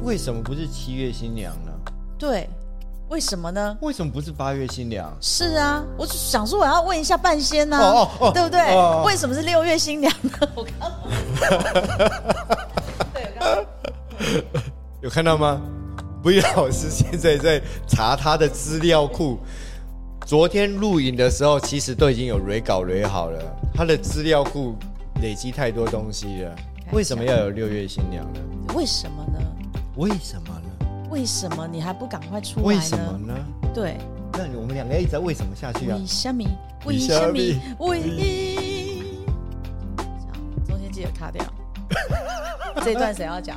为什么不是7月新娘呢？ 对，为什么呢？ 为什么不是8月新娘？ 是啊，我就想说我要问一下半仙啊，对不对？为什么是6月新娘呢？我刚有看到吗？V 老师现在在查他的资料库。昨天录影的时候，其实都已经有稿好了。他的资料库累积太多东西了。为什么要有6月新娘呢？ 为什么呢？ 为什么呢？ 为什么你还不赶快出来呢？ 为什么呢？ 对， 那我们两个一直在为什么下去啊？ 为什么？为什么？为……中间记得卡掉。这一段谁要讲？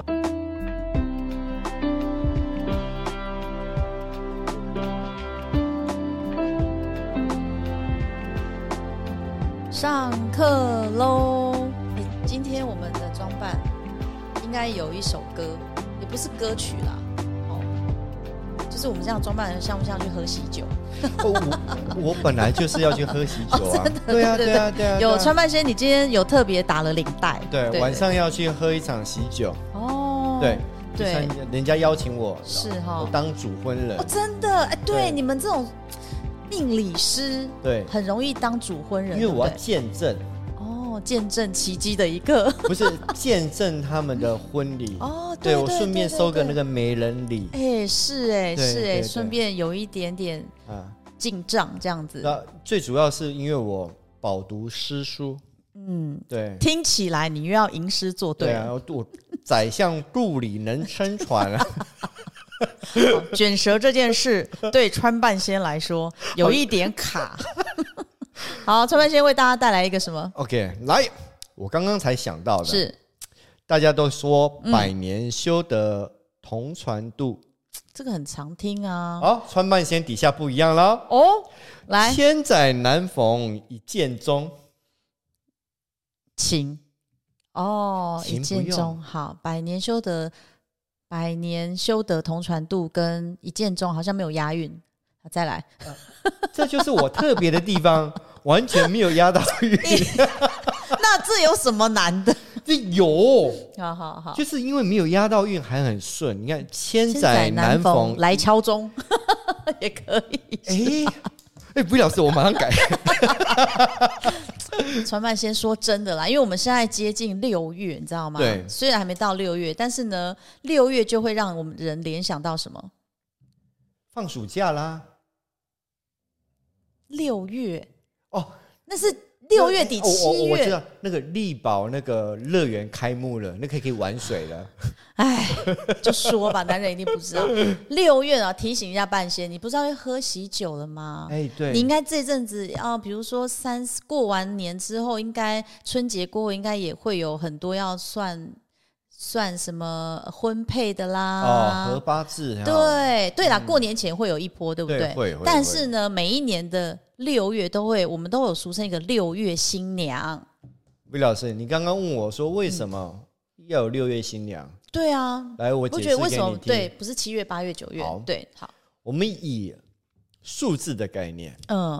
上课喽！今天我们的装扮应该有一首歌，也不是歌曲啦，就是我们这样装扮像不像去喝喜酒？ 我本来就是要去喝喜酒啊！对啊，对啊，对啊！ 有川半仙，你今天有特别打了领带， 对，晚上要去喝一场喜酒哦。对，人家邀请我， 是哈， 我当主婚人哦，真的，哎，对，你们这种命理师， 对， 很容易当主婚人， 因为我要见证哦，见证奇迹的一个， 不是见证他们的婚礼哦，对，我顺便收个那个媒人礼， 哎，是顺便有一点点进账这样子。 那最主要是因为我饱读诗书，对， 听起来你又要吟诗作对啊，我宰相肚里能撑船啊。 卷舌这件事对川半仙来说有一点卡。好，川半仙为大家带来一个什么 ？OK， 来，我刚刚才想到的是， 大家都说百年修得同船渡， 这个很常听啊。 好，川半仙底下不一样了哦，来， 千载难逢一见钟， 情哦，一见钟，好，百年修得同船渡跟一见钟好像没有押韵，再来， 这就是我特别的地方，完全没有押到韵。 那这有什么难的？ 这有， 好， 就是因为没有押到韵，还很顺。你看，千载难逢来敲钟也可以。 不老师，我马上改。 川半仙说真的啦，因为我们现在接近6月，你知道吗？ 对， 虽然还没到6月，但是呢，6月就会让我们人联想到什么？ 放暑假啦。 6月哦， 那是6月底7月。 我知道那个力宝那个乐园开幕了，那可以玩水了。 哎，就说吧，男人一定不知道。6月啊，提醒一下半仙，你不知道要喝喜酒了吗？ 对， 你应该这阵子要，比如说过完年之后，应该春节过后，应该也会有很多要算什么婚配的啦， 合八字。 对啦，过年前会有一波，对不对？ 会。 但是呢，每一年的6月我们都有俗称一个6月新娘。 魏老师，你刚刚问我说为什么要有6月新娘？ 对啊， 来，我解释给你听。 为什么对？不是7月、8月、9月？对，好。 我们以数字的概念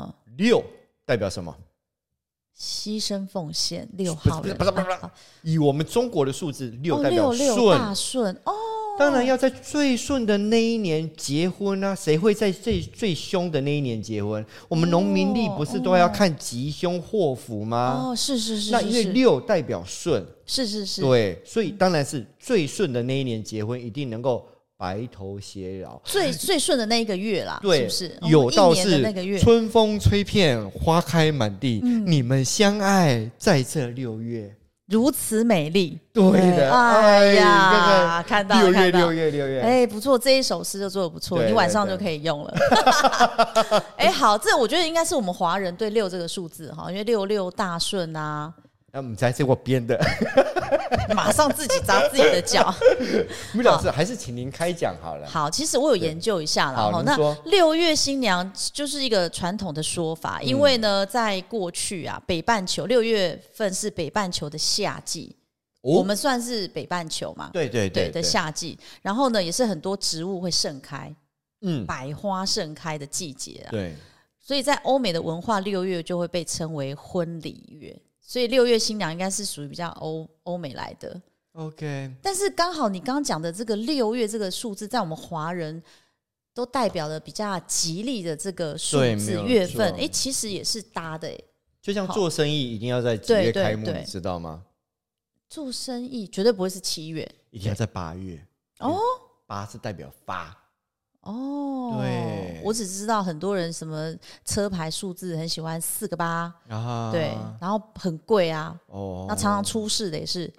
，6代表什么？ 牺牲奉献，6号人。 不是，以我们中国的数字，6代表顺，大顺哦。 当然要在最顺的那一年结婚啊！谁会在最凶的那一年结婚？我们农民历不是都要看吉凶祸福吗？ 哦，是。 那因为6代表顺， 是。 对，所以当然是最顺的那一年结婚，一定能够白头偕老。 最顺的那一个月啦， 对， 是不是？ 有道是那个月， 春风吹遍花开满地，你们相爱在这6月。 如此美丽， 对的， 哎呀，看到 6月， 哎，不错，这一首诗就做得不错，你晚上就可以用了。哎，好，这我觉得应该是我们华人对6这个数字哈，因为66大顺啊。 那不才是我编的， 马上自己砸自己的脚。 米老师还是请您开讲好了。 好，其实我有研究一下啦。 好， 那6月新娘就是一个传统的说法，因为呢，在过去啊，北半球6月份是北半球的夏季，我们算是北半球嘛， 对的夏季。然后呢，也是很多植物会盛开，百花盛开的季节啊。 对， 所以在欧美的文化，6月就会被称为婚礼月。所以6月新娘应该是属于比较欧美来的。 OK， 但是刚好你刚刚讲的这个6月这个数字，在我们华人都代表了比较吉利的这个数字月份，其实也是搭的。 就像做生意一定要在几月开幕，你知道吗？ 做生意绝对不会是7月， 一定要在8月。8是代表发。 对，我只知道很多人什么车牌数字很喜欢4个8，对，然后很贵啊，那常常出事的也是。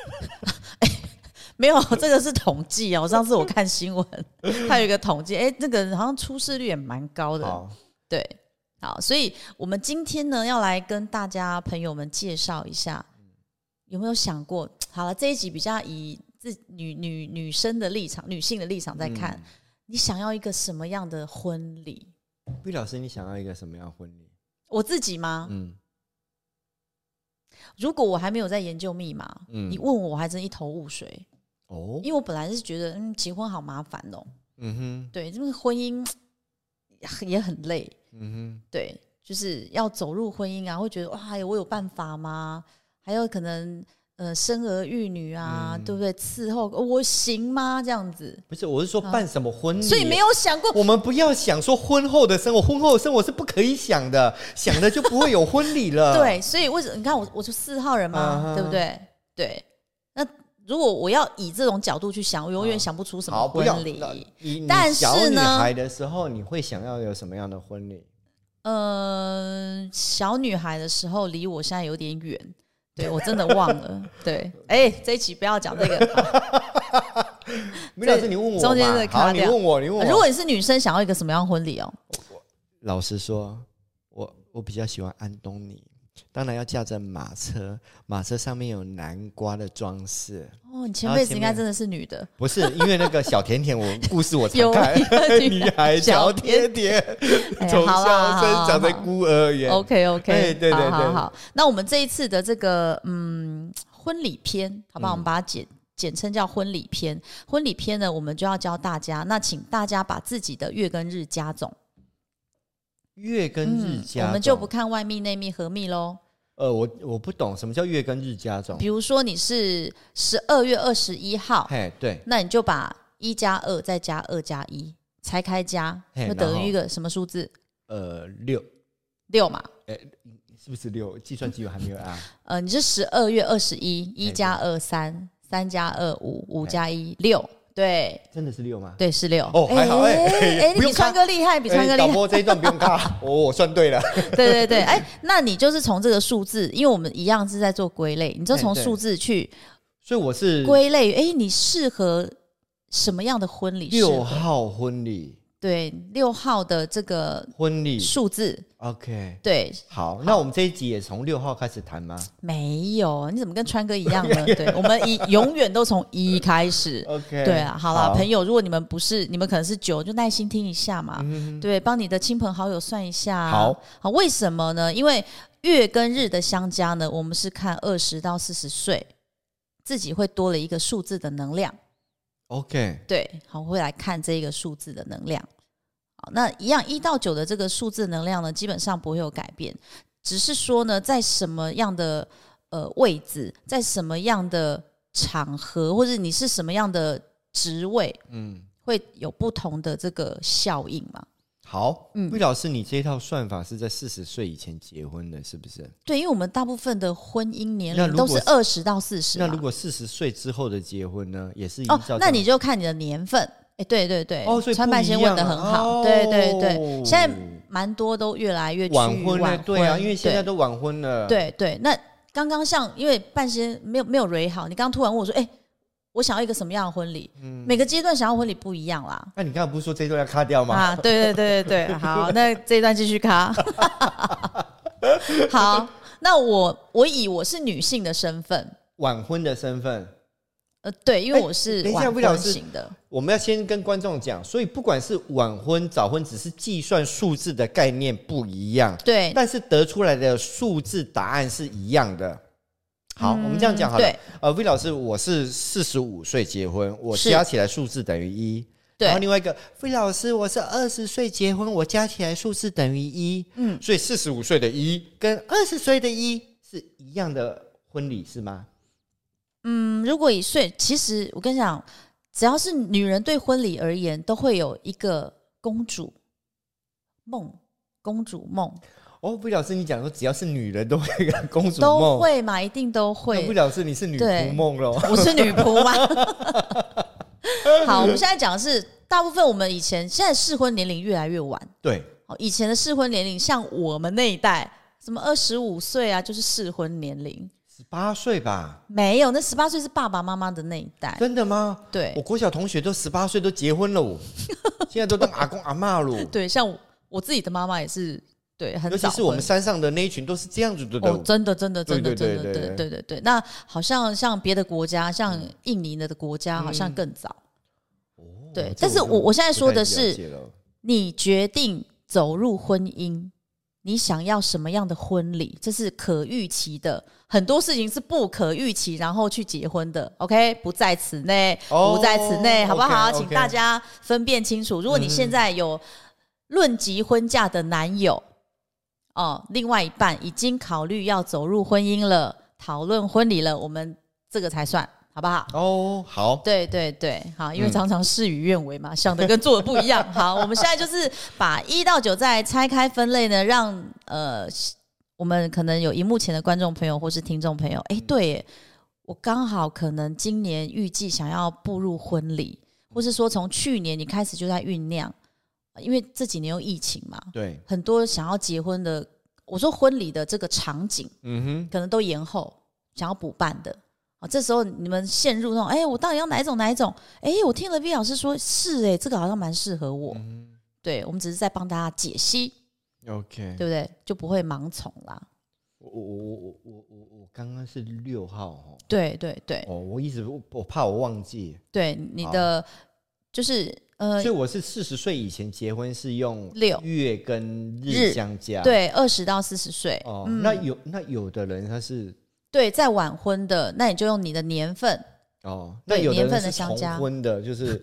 没有，这个是统计哦。上次我看新闻，它有一个统计，那个好像出事率也蛮高的。对，好，所以我们今天呢要来跟大家朋友们介绍一下，有没有想过？好了，这一集比较以女生的立场、女性的立场在看。你想要一个什么样的婚礼？ 魏老师，你想要一个什么样的婚礼？ 我自己吗？如果我还没有在研究密码，你问我还真一头雾水。因为我本来是觉得，结婚好麻烦哦。对，这个婚姻也很累。对，就是要走入婚姻啊，会觉得哇，我有办法吗？还有可能。生儿育女啊，对不对？伺候我行吗？这样子不是，我是说办什么婚礼， 所以没有想过。 我们不要想说婚后的生活，婚后的生活是不可以想的，想的就不会有婚礼了。 对，所以为什么你看我就4号人嘛，对不对？对，那如果我要以这种角度去想，我永远想不出什么婚礼。但是呢， 小女孩的时候，你会想要有什么样的婚礼？ 小女孩的时候离我现在有点远。对，我真的忘了。对，这一期不要讲这个。 梅老师，你问我嘛， 中间的卡掉。 你问我。 如果你是女生，想要一个什么样的婚礼哦？ 老实说，我比较喜欢安东尼。当然要驾着马车，马车上面有南瓜的装饰。 你前辈子应该真的是女的。 不是，因为那个小甜甜，故事我常看。女孩小甜甜，从小生长在孤儿园。 OK， 对， 好。那我们这一次的这个婚礼篇，好不好？我们把它简称叫婚礼篇。婚礼篇呢，我们就要教大家，那请大家把自己的月跟日加总。 月跟日加总， 我们就不看外密内密合密咯。 我不懂什么叫月跟日加总。 比如说你是12月21号， 对， 那你就把1加2再加2加1拆开加，就等于一个什么数字？6嘛。 是不是6？计算机我还没有啊。 你是12月21，1加2 3，3加2 5，5加1 6。对， 真的是6吗？ 对，是6。 还好你比川哥厉害，比川哥厉害。 导播这一段不用卡，我算对了。 对，那你就是从这个数字，因为我们一样是在做归类，你就从数字去， 所以我是归类。你适合什么样的婚礼 ？6号婚礼。 对，6号的这个婚礼数字 ，OK， 对， 好，那我们这一集也从6号开始谈吗？ 没有，你怎么跟川哥一样呢？对，我们永远都从1开始。 OK， 对啊，好啦，朋友，如果你们不是，你们可能是9，就耐心听一下嘛。对，帮你的亲朋好友算一下。好，为什么呢？因为月跟日的相加呢，我们是看20到40岁，自己会多了一个数字的能量。 OK， 对，好，会来看这个数字的能量。好，那一样1到9的这个数字能量呢，基本上不会有改变，只是说呢，在什么样的位置，在什么样的场合，或者你是什么样的职位，会有不同的这个效应嘛。 好，魏老师，你这一套算法是在40岁以前结婚的，是不是？ 对，因为我们大部分的婚姻年龄都是20到40。 那如果40岁之后的结婚呢，也是依照那你就看你的年份。对， 所以川半仙问得很好。对，现在蛮多都越来越晚婚了。对啊，因为现在都晚婚了。 对，那刚刚像因为半仙没有蕊好，你刚刚突然问我说，我想要一个什么样的婚礼？每个阶段想要婚礼不一样啦。 那你刚刚不是说这一段要卡掉吗？ 对，好，那这一段继续卡。好，那我以我是女性的身份， 晚婚的身份。 对，因为我是晚婚型的。 我们要先跟观众讲，所以不管是晚婚早婚，只是计算数字的概念不一样， 对， 但是得出来的数字答案是一样的。好，我们这样讲好了。魏老师，我是45岁结婚，我加起来数字等于1。然后另外一个，魏老师，我是20岁结婚，我加起来数字等于1。所以45岁的1跟20岁的1是一样的婚礼，是吗？ 如果以岁，其实我跟你讲，只要是女人对婚礼而言，都会有一个公主梦。 哦，不老师，你讲说只要是女人都会有一个公主梦， 都会嘛，一定都会。 不老师，你是女仆梦咯？ 我是女仆吗？好，我们现在讲的是大部分我们现在适婚年龄越来越晚。 对， 以前的适婚年龄，像我们那一代，什么25岁啊，就是适婚年龄。 18岁吧？ 没有，那18岁是爸爸妈妈的那一代。 真的吗？ 对， 我国小同学都18岁都结婚了，现在都当阿公阿嬷了。 对，像我自己的妈妈也是。对，很早， 尤其是我们山上的那一群都是这样子的。 哦，真的，对。那好像别的国家，像印尼的国家，好像更早。对，但是我现在说的是，你决定走入婚姻，你想要什么样的婚礼，这是可预期的。很多事情是不可预期，然后去结婚的。OK， 不在此内，不在此内，好不好？请大家分辨清楚。如果你现在有论及婚嫁的男友。另外一半已经考虑要走入婚姻了，讨论婚礼了，我们这个才算，好不好？ 好， 对，好，因为常常事与愿违嘛，想的跟做的不一样。好，我们现在就是把1到9再拆开分类呢，让我们可能有荧幕前的观众朋友或是听众朋友，对耶，我刚好可能今年预计想要步入婚礼，或是说从去年你开始就在酝酿。因为这几年有疫情嘛，对，很多想要结婚的，我说婚礼的这个场景，可能都延后，想要补办的。这时候你们陷入那种，我到底要哪一种？我听了 V 老师说是这个好像蛮适合我。对，我们只是在帮大家解析 ，OK， 对不对？就不会盲从啦。 我刚刚是6号对。 我怕我忘记。 对，你的就是所以我是40岁以前结婚，是用月跟日相加， 对，20到40岁。 那有的人他是对在晚婚的，那你就用你的年份。 那有的人是重婚的，就是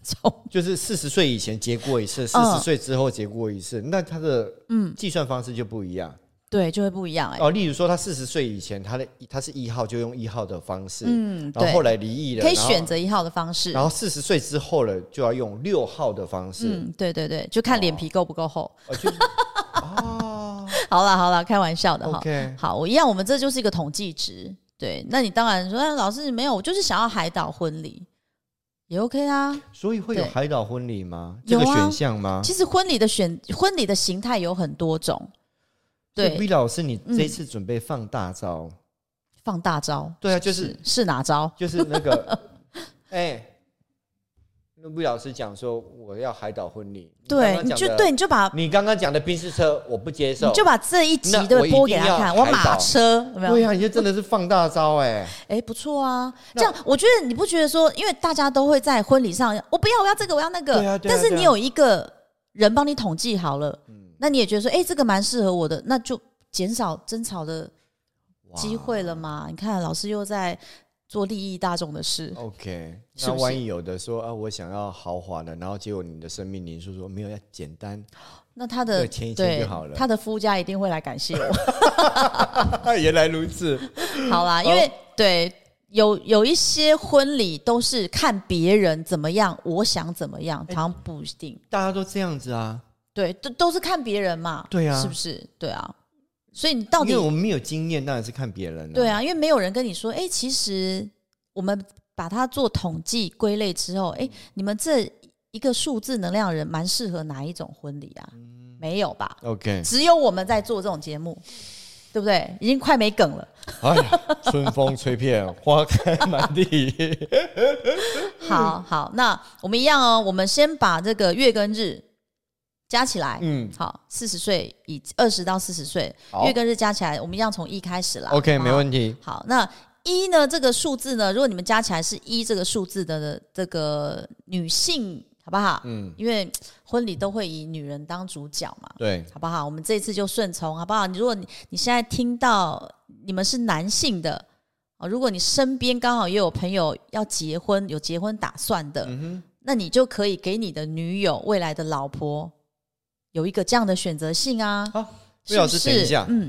40岁以前结过一次，40岁之后结过一次，那他的计算方式就不一样。对， 就会不一样例如说他40岁以前他是1号，就用1号的方式，然后后来离异了， 可以选择1号的方式， 然后40岁之后了就要用6号的方式。 对，就看脸皮够不够厚。好啦，开玩笑的哈。好，我们这就是一个统计值。对，那你当然说，老师没有，我就是想要海岛婚礼，也 OK 啊。 所以会有海岛婚礼吗？这个选项吗？ 其实婚礼的形态有很多种。对 ，V 老师，你这次准备放大招？ 放大招？ 对啊，是哪招？ 就是那个，那 V 老师讲说我要海岛婚礼， 对，你就把你刚刚讲的宾士车我不接受， 你就把这一集都播给他看。我马车有没有？ 对啊，你就真的是放大招不错啊。这样我觉得你不觉得说，因为大家都会在婚礼上，我不要，我要这个，我要那个。对啊。但是你有一个人帮你统计好了。那你也觉得说，这个蛮适合我的，那就减少争吵的机会了嘛？你看，老师又在做利益大众的事。 OK， 那万一有的说我想要豪华的，然后结果你的生命灵数说没有，要简单， 那他的签一签就好了。 他的夫家一定会来感谢我。 原来如此。 好啦，因为对有一些婚礼都是看别人怎么样，我想怎么样，好像不一定。 大家都这样子啊。 对，都是看别人嘛，对啊，是不是？对啊，所以你到底， 因为我们没有经验，当然是看别人。 对啊，因为没有人跟你说，其实我们把它做统计归类之后，你们这一个数字能量的人蛮适合哪一种婚礼啊？没有吧 ？OK， 只有我们在做这种节目，对不对？已经快没梗了。 哎呀，春风吹遍，花开满地。 好，那我们一样我们先把这个月跟日加起来，好，40岁以20到40岁，月跟日加起来，我们一样从1开始啦。 OK， 没问题。 好，那1呢？这个数字呢？如果你们加起来是1这个数字的这个女性，好不好？因为婚礼都会以女人当主角嘛，对，好不好？我们这一次就顺从，好不好？如果你现在听到你们是男性的，如果你身边刚好也有朋友要结婚，有结婚打算的，那你就可以给你的女友、未来的老婆有一个这样的选择性啊。 魏老师，等一下，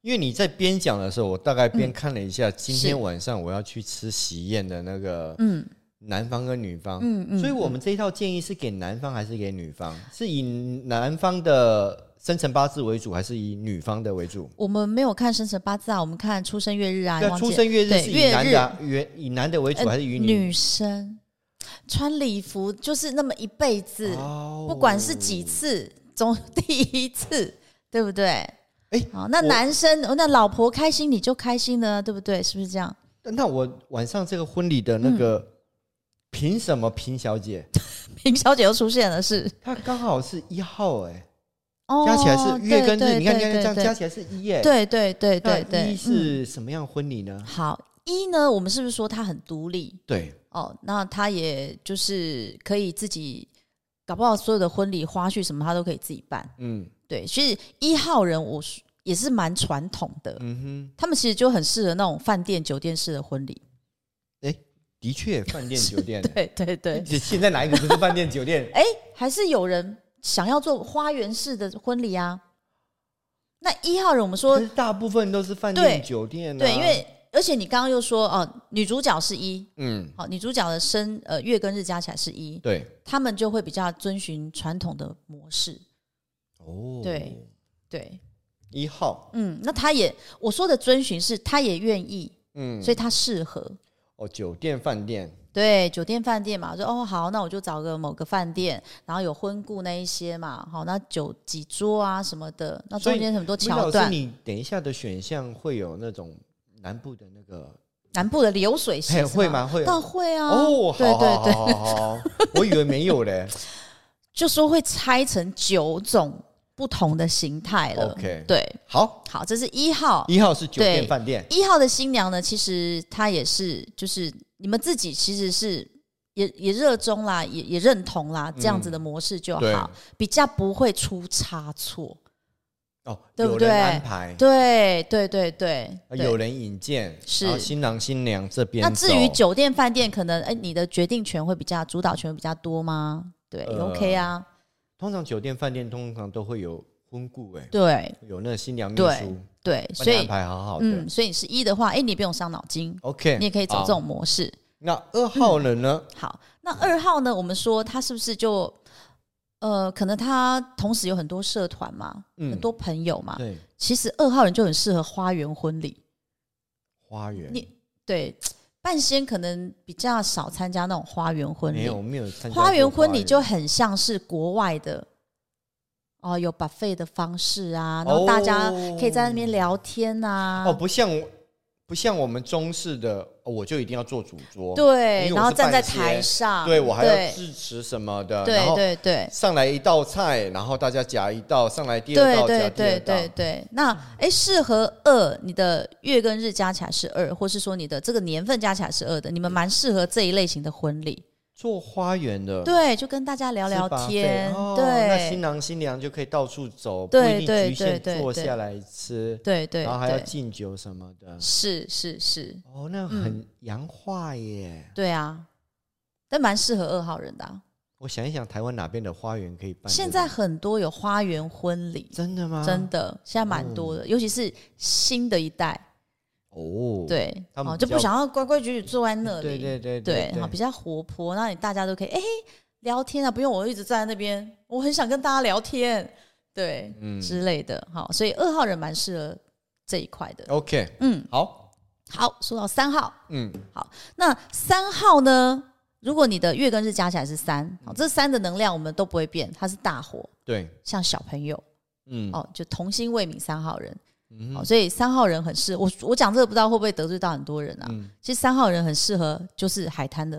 因为你在边讲的时候，我大概边看了一下，今天晚上我要去吃喜宴的那个男方跟女方，所以我们这一套建议是给男方还是给女方？是以男方的生辰八字为主，还是以女方的为主？ 我们没有看生辰八字啊，我们看出生月日啊。 对，出生月日是以男的、啊，以男的为主，还是以女生穿礼服就是那么一辈子，不管是几次，总第一次，对不对？好，那男生那老婆开心你就开心了，对不对？是不是这样？ 那我晚上这个婚礼的那个。凭什么平小姐？ 平小姐又出现了，是她刚好是1号加起来是月跟日，你看这样加起来是1 对对对对对。 1是什么样婚礼呢？ 好，1呢，我们是不是说她很独立？ 对那她也就是可以自己，搞不好所有的婚礼花絮什么她都可以自己办。对，所以1号人我也是蛮传统的。他们其实就很适合那种饭店酒店式的婚礼。 的确，饭店酒店， 对对对。 现在哪一个不是饭店酒店？ 还是有人想要做花园式的婚礼啊。那1号人我们说， 大部分都是饭店酒店对，因为而且你刚刚又说女主角是1，好，女主角的月跟日加起来是1， 对， 他们就会比较遵循传统的模式。对对，1 号， 那他也我说的遵循是他也愿意，所以他适合。 酒店饭店， 对，酒店饭店嘛，说好，那我就找个某个饭店，然后有婚顾那一些嘛，好，那几桌啊什么的，那中间很多桥段。 你等一下的选项会有那种南部的那个南部的流水席会吗？会， 当然会啊。 对对对，好，我以为没有嘞， 就说会拆成9种不同的形态了。 OK， 对， 好， 这是1号。 1号是酒店饭店。 1号的新娘呢，其实她也是，就是你们自己其实是也热衷啦，也认同啦，这样子的模式就好，比较不会出差错。对不对？有人安排， 对对对对， 有人引荐，是新郎新娘这边。 那至于酒店饭店，可能你的决定权会比较主导权会比较多吗？对，OK 啊。 通常酒店饭店通常都会有婚顾， 对， 有那个新娘秘书， 对，所以安排好好的。 所以你是1的话，你不用伤脑筋 ，OK， 你也可以走这种模式。 那2号人呢？ 好，那2号呢？我们说他是不是就可能他同时有很多社团嘛，很多朋友嘛。 对， 其实2号人就很适合花园婚礼。 花园， 对。半仙可能比较少参加那种花园婚礼， 没有参加花园婚礼就很像是国外的有 buffet 的方式啊，然后大家可以在那边聊天啊。 不像我们中式的，我就一定要做主桌， 对，然后站在台上， 对，我还要致辞什么的， 对对对， 上来一道菜，然后大家夹一道，上来第2道夹第2道， 对。那适合2，你的月跟日加起来是2，或是说你的这个年份加起来是2的，你们蛮适合这一类型的婚礼。 做花园的， 对，就跟大家聊聊天，对， 那新郎新娘就可以到处走，不一定局限坐下来吃， 对， 然后还要敬酒什么的， 是， 那很洋化耶， 对啊，但蛮适合2号人的啊。 我想一想，台湾哪边的花园可以办？ 现在很多有花园婚礼， 真的吗？ 真的，现在蛮多的，尤其是新的一代。对，就不想要规规矩矩坐在那里，对，比较活泼，那你大家都可以聊天啊，不用我一直站在那边，我很想跟大家聊天，对，之类的。好，所以2号人蛮适合这一块的。 OK， 好， 说到3号，好，那3号呢？如果你的月跟日加起来是3，这3的能量我们都不会变，它是大火， 对， 像小朋友，就童心未泯3号人。所以3号人很适合我讲这个不知道会不会得罪到很多人啊。其实3号人很适合就是海滩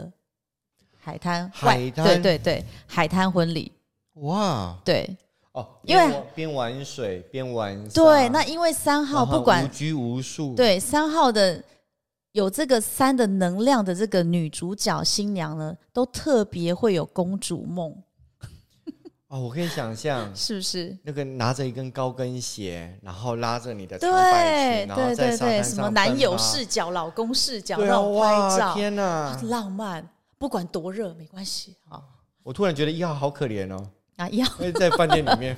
对海滩婚礼。哇，对因为边玩水边玩沙， 对，那因为3号不管无拘无束， 对3号的有这个3的能量的这个女主角新娘呢，都特别会有公主梦。 我可以想象， 是不是那个拿着一根高跟鞋，然后拉着你的长白裙，然后在沙滩上什么男友视角、老公视角那种拍照， 天哪， 浪漫，不管多热没关系。 我突然觉得1号好可怜 1号在饭店里面，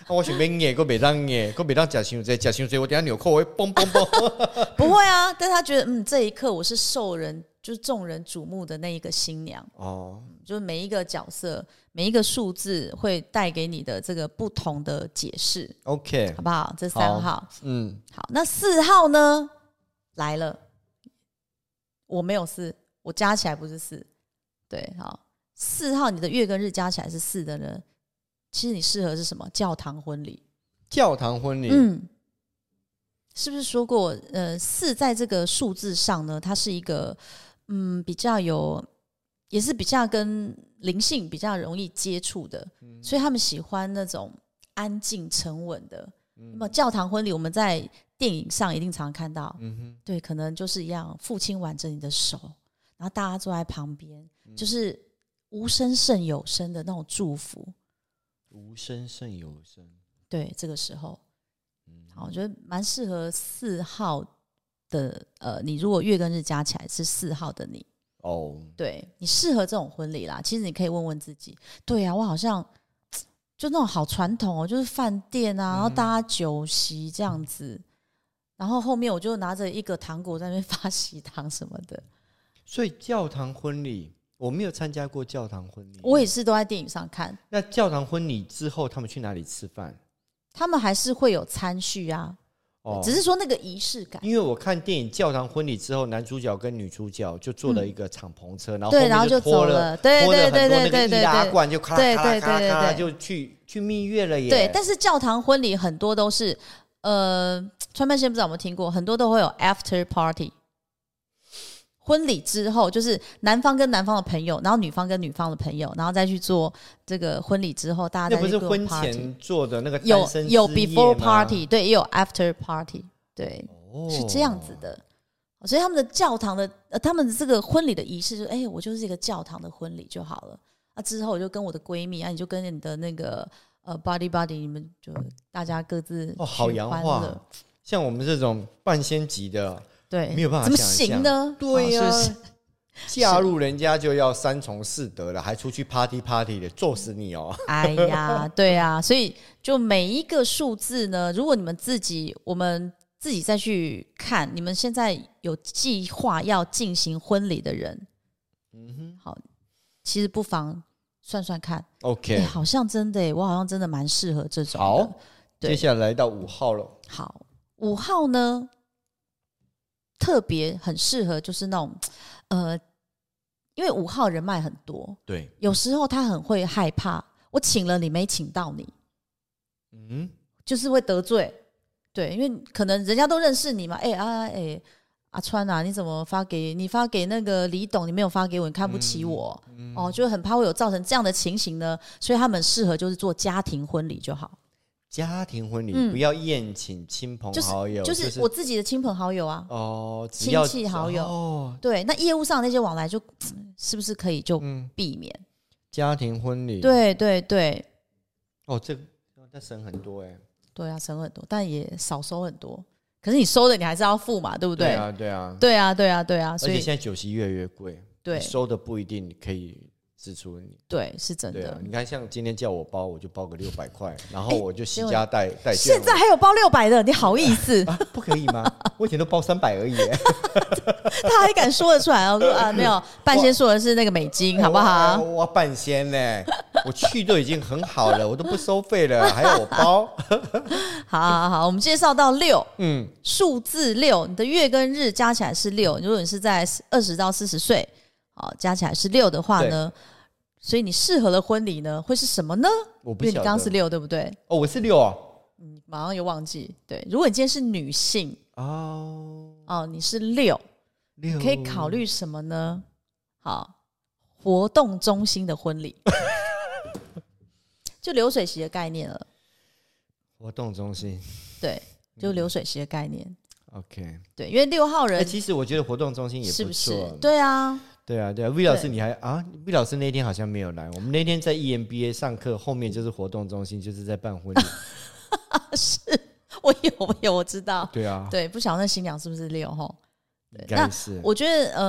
我想要硬，我袂当硬，我袂当吃伤济，吃伤济我等下纽扣会嘣嘣嘣。 不会啊，但他觉得这一刻我是受人就是众人瞩目的那一个新娘哦，就是每一个角色每一个数字会带给你的这个不同的解释 ，OK， 好不好？这3号， 好， 那4号呢来了，我没有4，我加起来不是4，对，好，4号你的月跟日加起来是4的人，其实你适合是什么？教堂婚礼。 教堂婚礼， 是不是说过4在这个数字上呢，它是一个比较有，也是比较跟灵性比较容易接触的，所以他们喜欢那种安静沉稳的。那么教堂婚礼我们在电影上一定常看到，对，可能就是一样，父亲挽着你的手，然后大家坐在旁边，就是无声胜有声的那种祝福。 无声胜有声， 对，这个时候好，我觉得蛮适合4号的。你如果月跟日加起来是4号的你哦，对，你适合这种婚礼啦。其实你可以问问自己，对啊，我好像就那种好传统哦，就是饭店啊，然后大家酒席这样子，然后后面我就拿着一个糖果在那边发喜糖什么的。 所以教堂婚礼我没有参加过教堂婚礼， 我也是都在电影上看。 那教堂婚礼之后他们去哪里吃饭？ 他们还是会有餐叙啊，只是说那个仪式感。 因为我看电影教堂婚礼之后，男主角跟女主角就坐了一个敞篷车，然后对，然后就走了，对对对对对对， 易拉罐就咔啦咔啦咔啦咔啦就去蜜月了耶。 对，但是教堂婚礼很多都是川半仙不知道有没有听过，很多都会有 after party。婚礼之后就是男方跟男方的朋友，然后女方跟女方的朋友，然后再去做这个婚礼之后，大家再去做 party。 那不是婚前做的那个单身之夜吗？ 有 before party， 对，也有 after party， 对，是这样子的。所以他们的教堂的他们的这个婚礼的仪式就是我就是一个教堂的婚礼就好了。之后我就跟我的闺蜜你就跟你的那个buddy， 你们就大家各自好洋化。像我们这种半仙级的。 对， 没有办法怎么行呢？ 对呀、嫁入人家就要3从4德了，还出去 party 的，揍死你哦！ 哎呀，对啊，所以就每一个数字呢，如果你们我们自己再去看，你们现在有计划要进行婚礼的人，好，其实不妨算算看。 OK， 好像真的我好像真的蛮适合这种的。 好，接下来到5号了。 好，5号呢？特别很适合就是那种因为5号人脉很多， 对， 有时候他很会害怕我请了你没请到你，就是会得罪，对，因为可能人家都认识你嘛，阿川啊，你怎么发给那个李董，你没有发给我，你看不起我，就很怕会有造成这样的情形呢，所以他们适合就是做家庭婚礼就好。 家庭婚礼不要宴请亲朋好友， 就是我自己的亲朋好友啊，亲戚好友，对，那业务上那些往来就是不是可以就避免？ 家庭婚礼， 对对对， 这个省很多对啊，省很多，但也少收很多。可是你收的你还是要付嘛，对不对？ 对啊，对啊， 对啊，对啊，对啊， 所以而且现在酒席越来越贵， 对， 收的不一定可以支出你， 对，是真的。 你看，像今天叫我包，我就包个600块，然后我就惜家带券。 现在还有包600的，你好意思？ 不可以吗？我以前都包300而已。 他还敢说得出来？我说没有，半仙说的是那个美金，好不好？ 我半仙呢，我去都已经很好了，我都不收费了，还要我包？ 好，我们介绍到6，数字6，你的月跟日加起来是6。如果你是在20到40岁，加起来是6的话呢？所以你适合的婚礼呢，会是什么呢？ 我不晓得， 因为你刚刚是6，对不对？ 我是6啊。 马上又忘记。对，如果你今天是女性，你是6，可以考虑什么呢？好，活动中心的婚礼，就流水席的概念了。 活动中心， 对，就流水席的概念。 OK， 对，因为6号人， 其实我觉得活动中心也不错， 是不是？对啊。 对啊，魏老师你还魏老师那天好像没有来，我们那天在 EMBA 上课，后面就是活动中心，就是在办婚礼。 是我有我知道。 对啊， 对，不晓得那新娘是不是6吼？ 应该是。 我觉得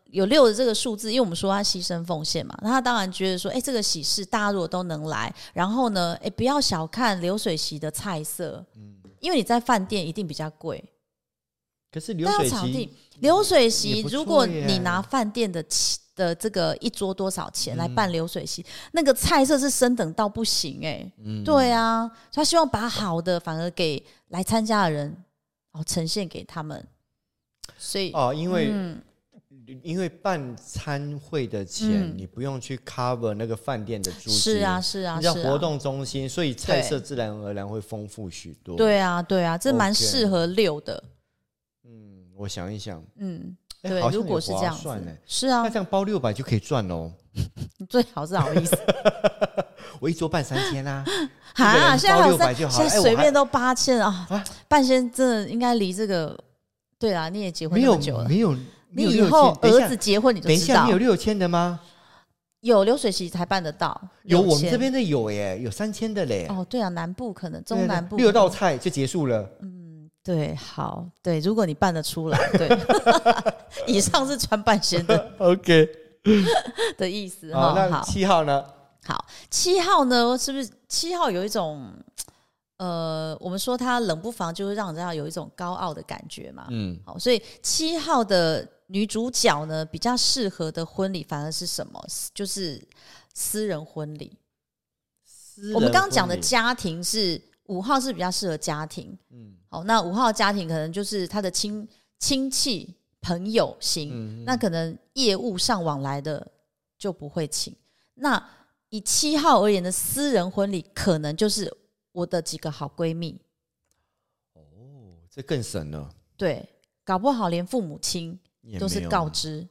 有6的这个数字，因为我们说他牺牲奉献嘛，那他当然觉得说，这个喜事大家如果都能来，然后呢，不要小看流水席的菜色，因为你在饭店一定比较贵。 可是流水席，如果你拿饭店的这个一桌多少钱来办流水席，那个菜色是升等到不行对啊，他希望把好的反而给来参加的人呈现给他们，所以因为办餐会的钱，你不用去 cover 那个饭店的租金， 是啊，你叫活动中心，所以菜色自然而然会丰富许多。 对啊，这蛮适合6的。 我想一想， 对，如果是这样子，是啊， 那这样包600就可以赚喽。 你最好是好意思， 我一桌办3000啊， 现在还有 600就好， 现在随便都8000啊，半仙真的应该离这个，对啦，你也结婚那么久了， 没有。 你以后儿子结婚你就知道。 等一下，你有6000的吗？ 有流水席才办得到。 有我们这边的有有3000的嘞。 对啊，南部可能中南部 6道菜就结束了。 对，好，对，如果你办得出来，对，以上是穿半仙的 OK 的意思。 好，那7号呢？ 好，7号呢，是不是7号有一种？我们说他冷不防就会让人家有一种高傲的感觉嘛。好，所以7号的女主角呢，比较适合的婚礼反而是什么？就是私人婚礼。我们刚刚讲的家庭是5号是比较适合家庭。好，那5号的家庭可能就是他的亲戚朋友型，那可能业务上往来的就不会请。那以7号而言的私人婚礼，可能就是我的几个好闺蜜。 这更省了。 对，搞不好连父母亲都是告知。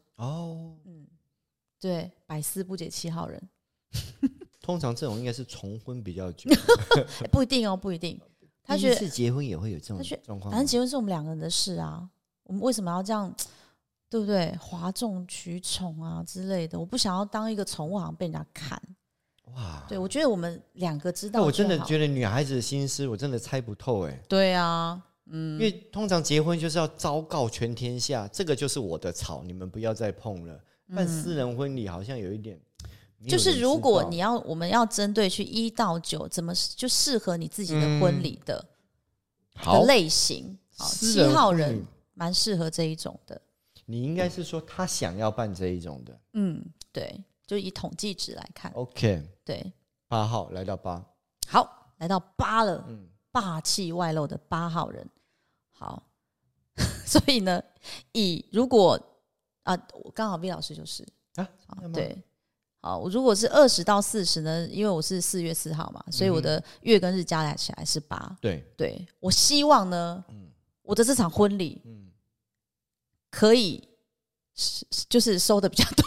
对，百思不解7号人。 通常这种应该是重婚比较久。 不一定不一定。他觉得第一次结婚也会有这种状况。 反正结婚是我们2个人的事啊，我们为什么要这样，对不对？哗众取宠啊之类的，我不想要当一个宠物，好像被人家看。哇，对，我觉得我们2个知道就好。 我真的觉得女孩子的心思，我真的猜不透对啊， 因为通常结婚就是要昭告全天下，这个就是我的草，你们不要再碰了。办私人婚礼好像有一点。 就是如果我们要针对去1到9，怎么就适合你自己的婚礼的类型？7号人蛮适合这一种的。 你应该是说他想要办这一种的。 对，就以统计值来看。 OK， 对 ，8号来到8， 好，来到8了。霸气外露的8号人。好，所以呢，如果我刚好 V 老师就是对。好，如果是20到40呢？因为我是4月4号嘛，所以我的月跟日加起来是8。对，我希望呢，我的这场婚礼，可以就是收的比较多。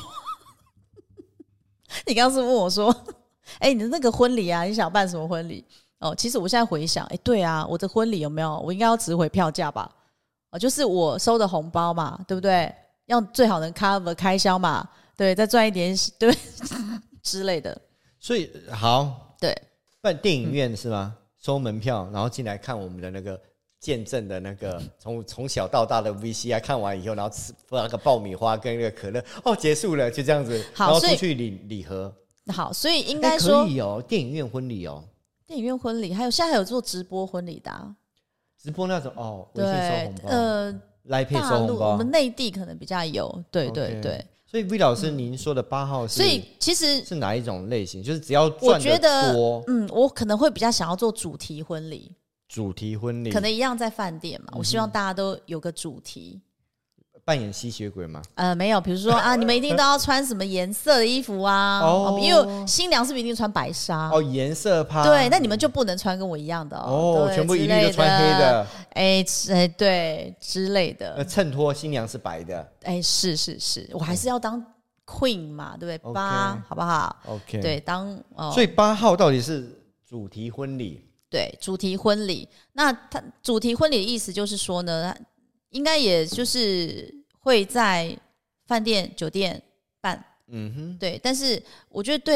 你刚刚是问我说，你的那个婚礼啊，你想办什么婚礼？其实我现在回想，对啊，我的婚礼有没有？我应该要值回票价吧？就是我收的红包嘛，对不对？要最好能 cover 开销嘛。对，再赚一点，对之类的。所以好， 对， 办电影院是吗？收门票，然后进来看我们的那个见证的那个从小到大的 VCR 看完以后，然后吃那个爆米花跟那个可乐，结束了，就这样子。然后出去礼盒。好，所以应该说可以电影院婚礼电影院婚礼，现在还有做直播婚礼的直播那种微信收红包，LINE Pay 收红包， 我们内地可能比较有，对对对。 所以 V 老师，您说的8号是， 所以其实是哪一种类型？就是只要赚得多， 我可能会比较想要做主题婚礼。 主题婚礼可能一样在饭店嘛，我希望大家都有个主题。 扮演吸血鬼吗？ 没有，比如说你们一定都要穿什么颜色的衣服啊？因为新娘是不是一定穿白纱？ 颜色趴。 对，那你们就不能穿跟我一样的全部一律都穿黑的。 对之类的。 衬托新娘是白的。 是，我还是要当 queen 嘛，对不对？8好不好 ？OK。 对， 所以8号到底是主题婚礼？ 对，主题婚礼。那它主题婚礼的意思就是说呢，应该也就是会在饭店、酒店办，对。但是我觉得对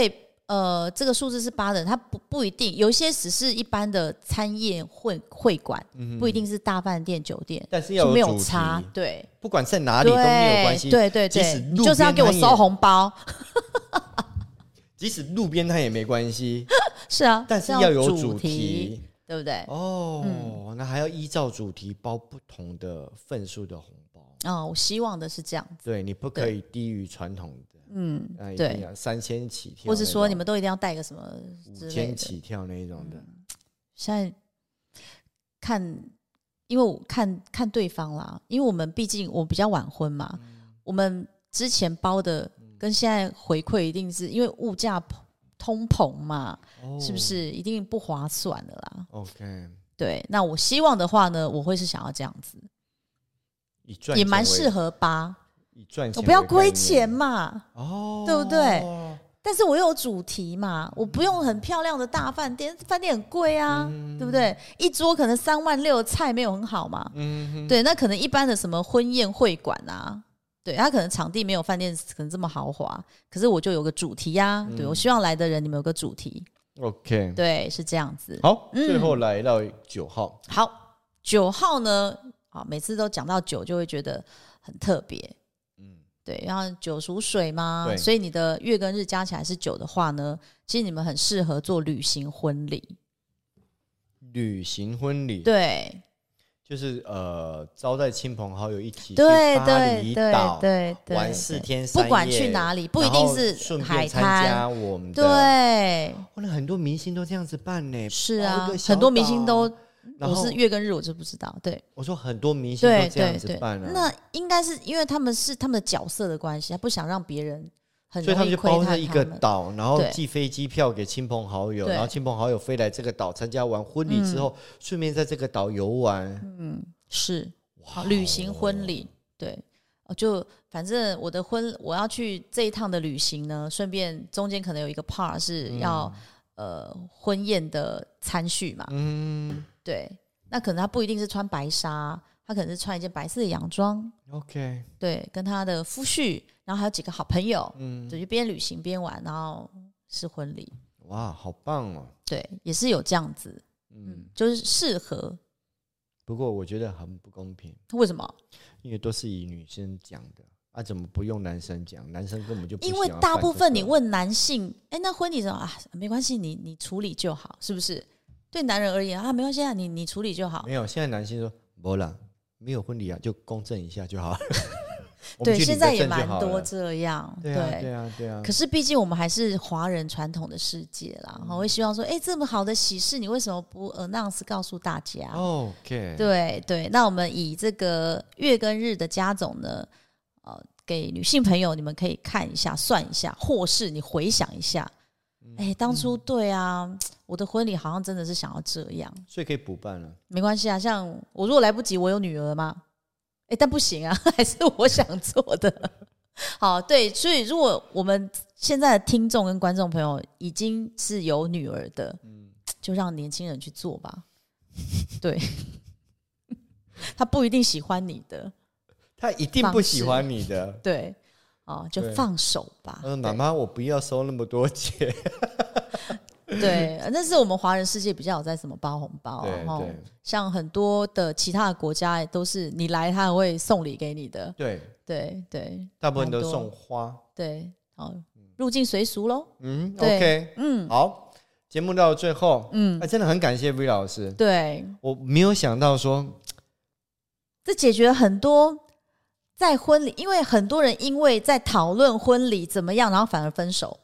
这个数字是8人，它不一定，有一些只是一般的餐宴会馆，不一定是大饭店酒店， 但是要有没有主题差，对， 不管在哪里都没有关系。 对对对，你就是要给我收红包， 即使路边摊也没关系。 是啊， 但是要有主题， 对不对？ 那还要依照主题包不同的份数的红包。 我希望的是这样子。 对，你不可以低于传统的，一定要3000起跳， 或是说你们都一定要带个什么 5000起跳那一种的。 现在看，因为我看对方啦，因为我们毕竟我比较晚婚嘛，我们之前包的跟现在回馈一定是因为物价通膨嘛，是不是一定不划算的啦 ？OK， 对，那我希望的话呢，我会是想要这样子，也蛮适合吧。 以赚钱， 我不要亏钱嘛，对不对？但是我又有主题嘛，我不用很漂亮的大饭店，饭店很贵啊，对不对？一桌可能3万6，菜没有很好嘛，对，那可能一般的什么婚宴会馆啊。对，他可能场地没有饭店可能这么豪华，可是我就有个主题啊，对，我希望来的人你们有个主题 ，OK， 对，是这样子。 好，最后来到9号， 好，9号呢，每次都讲到9就会觉得很特别，对，然后9属水嘛，所以你的月跟日加起来是9的话呢，其实你们很适合做旅行婚礼。 旅行婚礼， 对。 就是招待亲朋好友一起去巴厘岛玩4天3夜， 不管去哪里，不一定是海滩， 参加我们的对。 那很多明星都这样子办呢。 是啊，很多明星都，我是月跟日我就不知道。对， 我说很多明星都这样子办啊。 那应该是因为他们的角色的关系，他不想让别人。 所以他们就包在一个岛，然后寄飞机票给亲朋好友，然后亲朋好友飞来这个岛参加完婚礼之后，顺便在这个岛游玩。 是旅行婚礼，对，就反正我要去这一趟的旅行呢，顺便中间可能有一个 part 是要婚宴的餐序嘛，对，那可能他不一定是穿白纱。他可能是穿一件白色的洋装 ，OK， 对，跟他的夫婿，然后还有几个好朋友，就边旅行边玩，然后是婚礼。 哇，好棒哦！ 对，也是有这样子，就是适合。 不过我觉得很不公平。 为什么？ 因为都是以女生讲的怎么不用男生讲？男生根本就不因为大部分你问男性，那婚礼什么没关系，你处理就好，是不是？对男人而言没关系啊，你处理就好。 没有，现在男性说没啦。没有婚礼就公证一下就好了。 对，现在也蛮多这样。 对啊。 可是毕竟我们还是华人传统的世界啦，我会希望说，这么好的喜事，你为什么不 announce 告诉大家 ？OK。 对，那我们以这个月跟日的加总呢，给女性朋友你们可以看一下、算一下，或是你回想一下。当初对啊，我的婚礼好像真的是想要这样， 所以可以补办了。 没关系啊，像我如果来不及，我有女儿吗？但不行啊，还是我想做的。好，对，所以如果我们现在的听众跟观众朋友已经是有女儿的，就让年轻人去做吧。对，他不一定喜欢你的， 他一定不喜欢你的， 对。就放手吧。 妈妈，我不要收那么多钱。 对，那是我们华人世界比较有在什么包红包，对，像很多的其他的国家都是你来他会送礼给你的。对， 大部分都送花。 对，入境随俗咯。 OK， 好，节目到最后，真的很感谢 V 老师。 对， 我没有想到说， 这解决了很多。在婚礼，因为很多人因为在讨论婚礼怎么样，然后反而分手。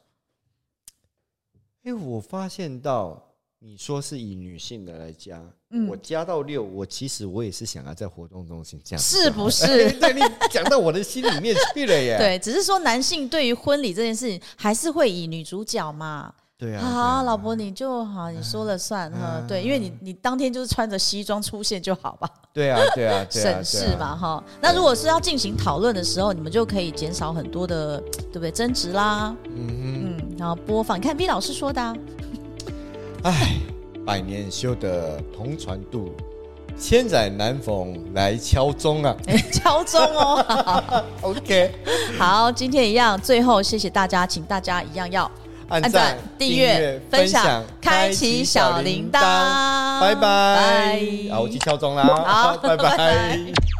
我发现到你说是以女性的来加，我加到6，我其实我也是想要在活动中心这样， 是不是？ 对，你讲到我的心里面去了耶。 对，只是说男性对于婚礼这件事情，还是会以女主角嘛。 对啊， 好，老婆你就好，你说了算。对，因为你当天就是穿着西装出现就好吧。 对啊， 省事嘛哈。那如果是要进行讨论的时候，你们就可以减少很多的，对不对？争执啦，然后播放。你看 B 老师说的， 百年修得同船渡，千载难逢来敲钟啊！ 敲钟哦。 OK， 好，今天一样，最后谢谢大家，请大家一样要按赞、 订阅、分享、开启小铃铛， 拜拜。好，我去敲钟啦， 好， 拜拜。